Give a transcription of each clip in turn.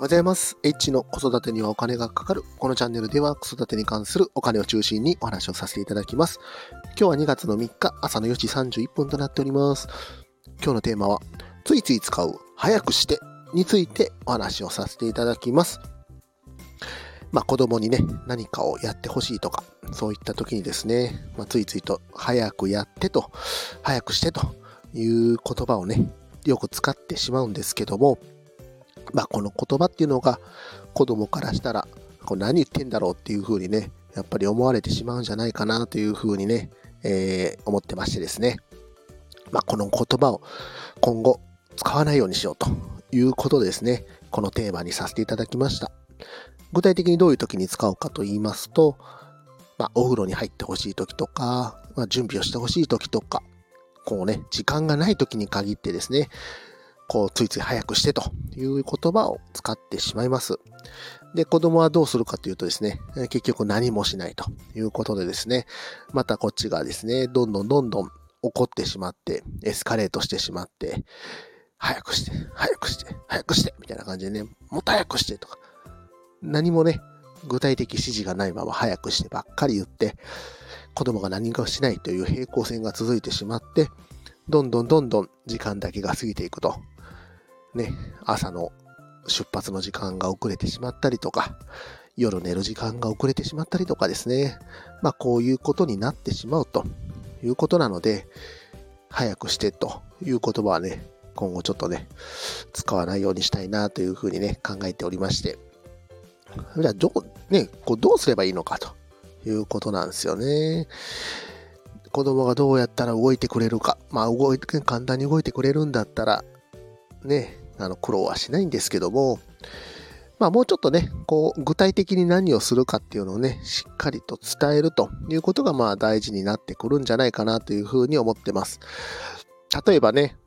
ございます。H の子育てにはお金がかかる。このチャンネルでは子育てに関するお金を中心にお話をさせていただきます。今日は2月の3日朝の4時31分となっております。今日のテーマは、ついつい使う早くしてについてお話をさせていただきます。子供にね、何かをやってほしいとか、そういった時にですね、ついついと早くやってと、早くしてという言葉をね、よく使ってしまうんですけども、この言葉っていうのが子供からしたら何言ってんだろうっていう風にね、やっぱり思われてしまうんじゃないかなという風にね、思ってましてですね。この言葉を今後使わないようにしようということでですね、このテーマにさせていただきました。具体的にどういう時に使うかと言いますと、お風呂に入ってほしい時とか、準備をしてほしい時とか、時間がない時に限ってですね、ついつい早くしてという言葉を使ってしまいます。で、子供はどうするかというとですね、結局何もしないということでですね、またこっちがですね、どんどん怒ってしまって、エスカレートしてしまって、早くして、早くして、早くして、みたいな感じでね、もっと早くしてとか、何もね、具体的指示がないまま早くしてばっかり言って、子供が何かしないという平行線が続いてしまって、どんどん時間だけが過ぎていくと。ね、朝の出発の時間が遅れてしまったりとか、夜寝る時間が遅れてしまったりとかですね。こういうことになってしまうということなので、早くしてという言葉はね、今後ちょっとね、使わないようにしたいなというふうにね、考えておりまして。じゃあどうすればいいのかということなんですよね。子供がどうやったら動いてくれるか。簡単に動いてくれるんだったら、ね、苦労はしないんですけども、もうちょっとね、具体的に何をするかっていうのをね、しっかりと伝えるということが大事になってくるんじゃないかなというふうに思ってます。例えばね、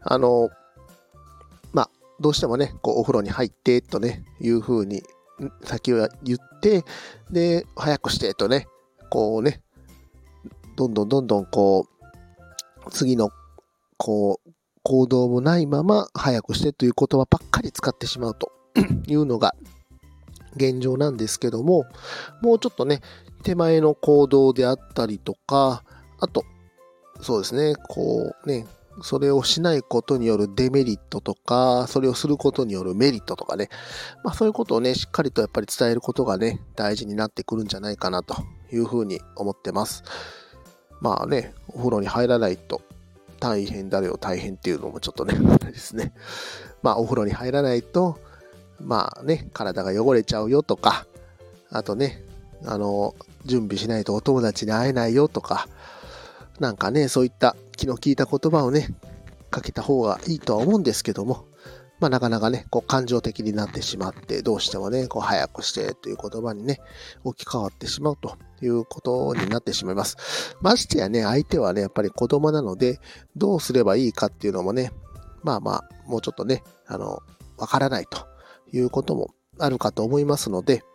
どうしてもね、お風呂に入ってとね、いうふうに先を言って、で、早くしてとね、どんどん次の行動もないまま早くしてという言葉ばっかり使ってしまうというのが現状なんですけども、もうちょっとね、手前の行動であったりとか、あと、そうですね、それをしないことによるデメリットとか、それをすることによるメリットとかね、そういうことをね、しっかりとやっぱり伝えることがね、大事になってくるんじゃないかなというふうに思ってます。お風呂に入らないと大変だよ、大変っていうのもちょっとね、ですね。お風呂に入らないと、体が汚れちゃうよとか、あとね、準備しないとお友達に会えないよとか、そういった気の利いた言葉をね、かけた方がいいとは思うんですけども、なかなかね、感情的になってしまって、どうしてもね、早くしてという言葉にね、置き換わってしまうということになってしまいます。ましてやね、相手はね、やっぱり子供なので、どうすればいいかっていうのもね、もうちょっとね、わからないということもあるかと思いますので、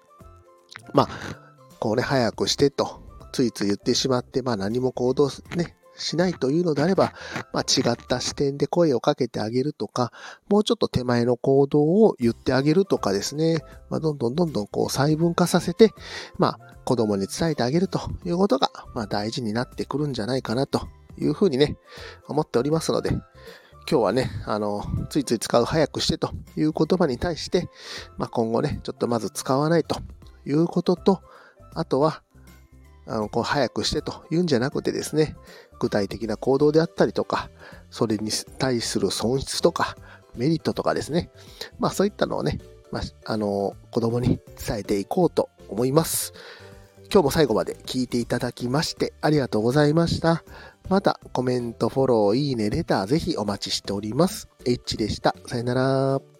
早くしてと、ついつい言ってしまって、何も行動ね、しないというのであれば、違った視点で声をかけてあげるとか、もうちょっと手前の行動を言ってあげるとかですね、どんどん細分化させて、子供に伝えてあげるということが、大事になってくるんじゃないかなというふうにね、思っておりますので、今日はね、ついつい使う早くしてという言葉に対して、今後ね、ちょっとまず使わないということと、あとは、早くしてというんじゃなくてですね、具体的な行動であったりとか、それに対する損失とか、メリットとかですね、そういったのをね、子供に伝えていこうと思います。今日も最後まで聞いていただきましてありがとうございました。またコメント、フォロー、いいね、レターぜひお待ちしております。H でした。さよなら。